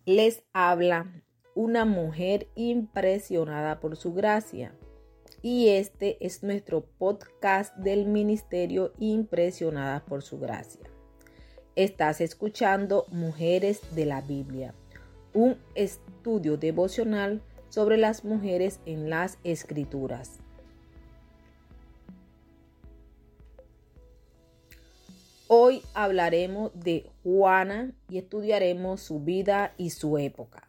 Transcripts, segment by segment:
Les habla una mujer impresionada por su gracia. Y este es nuestro podcast del Ministerio Impresionadas por su gracia. Estás escuchando Mujeres de la Biblia, un estudio devocional sobre las mujeres en las Escrituras. Hoy hablaremos de Juana y estudiaremos su vida y su época.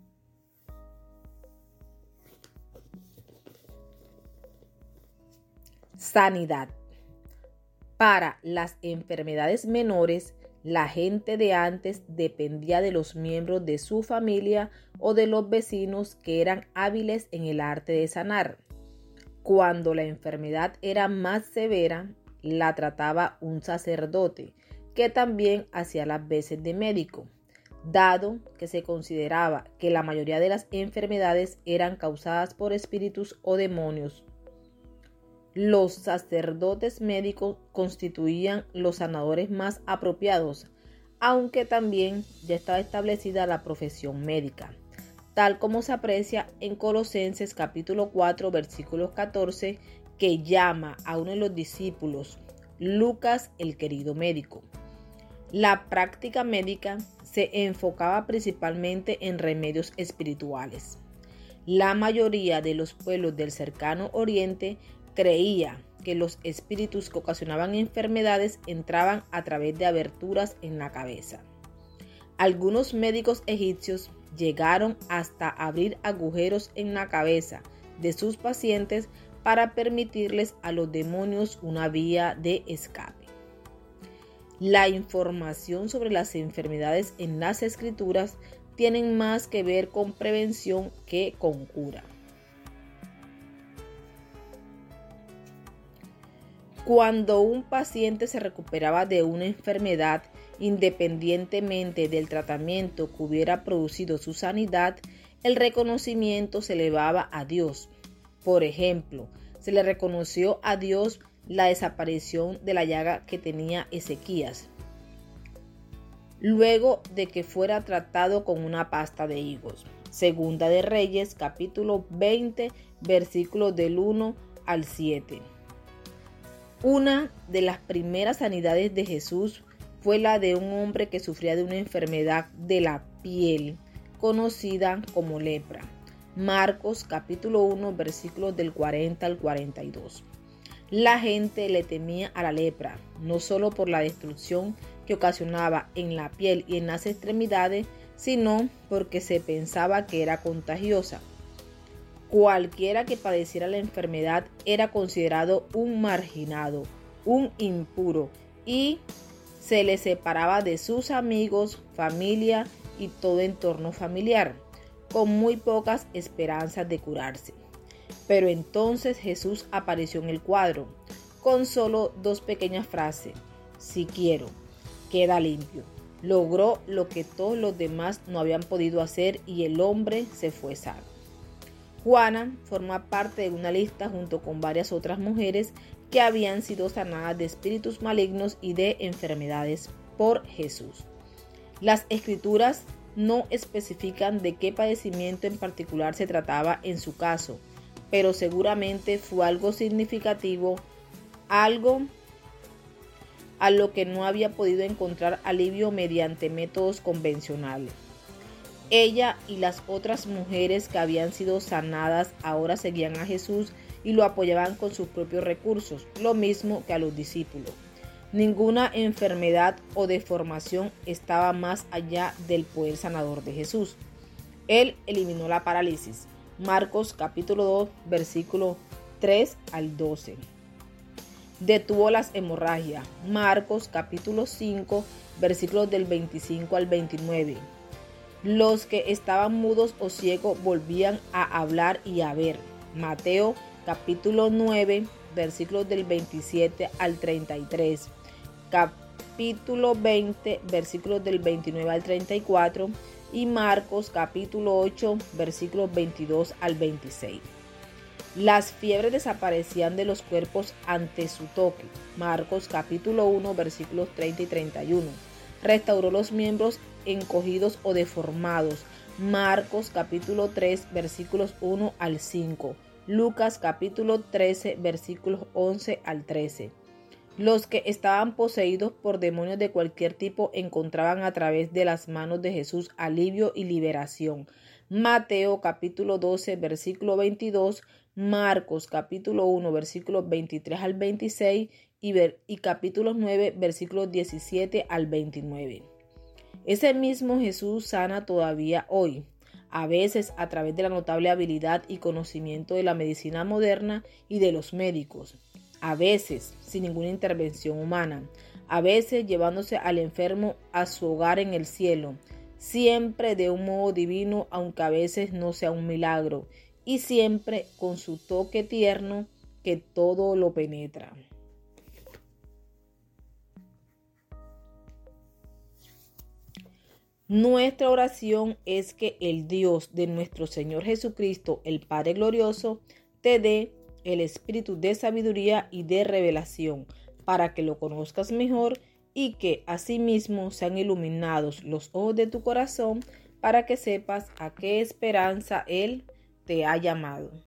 Sanidad. Para las enfermedades menores, la gente de antes dependía de los miembros de su familia o de los vecinos que eran hábiles en el arte de sanar. Cuando la enfermedad era más severa, la trataba un sacerdote, que también hacía las veces de médico, dado que se consideraba que la mayoría de las enfermedades eran causadas por espíritus o demonios. Los sacerdotes médicos constituían los sanadores más apropiados, aunque también ya estaba establecida la profesión médica, tal como se aprecia en Colosenses capítulo 4, versículos 14, que llama a uno de los discípulos, Lucas el querido médico. La práctica médica se enfocaba principalmente en remedios espirituales. La mayoría de los pueblos del cercano oriente creía que los espíritus que ocasionaban enfermedades entraban a través de aberturas en la cabeza. Algunos médicos egipcios llegaron hasta abrir agujeros en la cabeza de sus pacientes para permitirles a los demonios una vía de escape. La información sobre las enfermedades en las Escrituras tienen más que ver con prevención que con cura. Cuando un paciente se recuperaba de una enfermedad, independientemente del tratamiento que hubiera producido su sanidad, el reconocimiento se elevaba a Dios. Por ejemplo, se le reconoció a Dios la desaparición de la llaga que tenía Ezequías, luego de que fuera tratado con una pasta de higos. Segunda de Reyes, capítulo 20, versículos del 1 al 7. Una de las primeras sanidades de Jesús fue la de un hombre que sufría de una enfermedad de la piel, conocida como lepra. Marcos capítulo 1, versículos del 40 al 42. La gente le temía a la lepra, no solo por la destrucción que ocasionaba en la piel y en las extremidades, sino porque se pensaba que era contagiosa. Cualquiera que padeciera la enfermedad era considerado un marginado, un impuro, y se le separaba de sus amigos, familia y todo entorno familiar, con muy pocas esperanzas de curarse. Pero entonces Jesús apareció en el cuadro, con solo dos pequeñas frases: si quiero, queda limpio. Logró lo que todos los demás no habían podido hacer y el hombre se fue sano. Juana forma parte de una lista junto con varias otras mujeres que habían sido sanadas de espíritus malignos y de enfermedades por Jesús. Las Escrituras no especifican de qué padecimiento en particular se trataba en su caso, pero seguramente fue algo significativo, algo a lo que no había podido encontrar alivio mediante métodos convencionales. Ella y las otras mujeres que habían sido sanadas ahora seguían a Jesús y lo apoyaban con sus propios recursos, lo mismo que a los discípulos. Ninguna enfermedad o deformación estaba más allá del poder sanador de Jesús. Él eliminó la parálisis. Marcos capítulo 2, versículo 3 al 12. Detuvo las hemorragias. Marcos capítulo 5, versículos del 25 al 29. Los que estaban mudos o ciegos volvían a hablar y a ver. Mateo capítulo 9, versículos del 27 al 33. Capítulo 20, versículos del 29 al 34. Y Marcos capítulo 8, versículos 22 al 26. Las fiebres desaparecían de los cuerpos ante su toque. Marcos capítulo 1, versículos 30 y 31. Restauró los miembros encogidos o deformados. Marcos capítulo 3 versículos 1 al 5. Lucas capítulo 13 versículos 11 al 13. Los que estaban poseídos por demonios de cualquier tipo encontraban a través de las manos de Jesús alivio y liberación. Mateo capítulo 12 versículo 22, Marcos capítulo 1 versículos 23 al 26 y capítulo 9 versículos 17 al 29. Ese mismo Jesús sana todavía hoy, a veces a través de la notable habilidad y conocimiento de la medicina moderna y de los médicos, a veces sin ninguna intervención humana, a veces llevándose al enfermo a su hogar en el cielo, siempre de un modo divino, aunque a veces no sea un milagro, y siempre con su toque tierno que todo lo penetra. Nuestra oración es que el Dios de nuestro Señor Jesucristo, el Padre Glorioso, te dé el espíritu de sabiduría y de revelación para que lo conozcas mejor y que asimismo sean iluminados los ojos de tu corazón para que sepas a qué esperanza Él te ha llamado.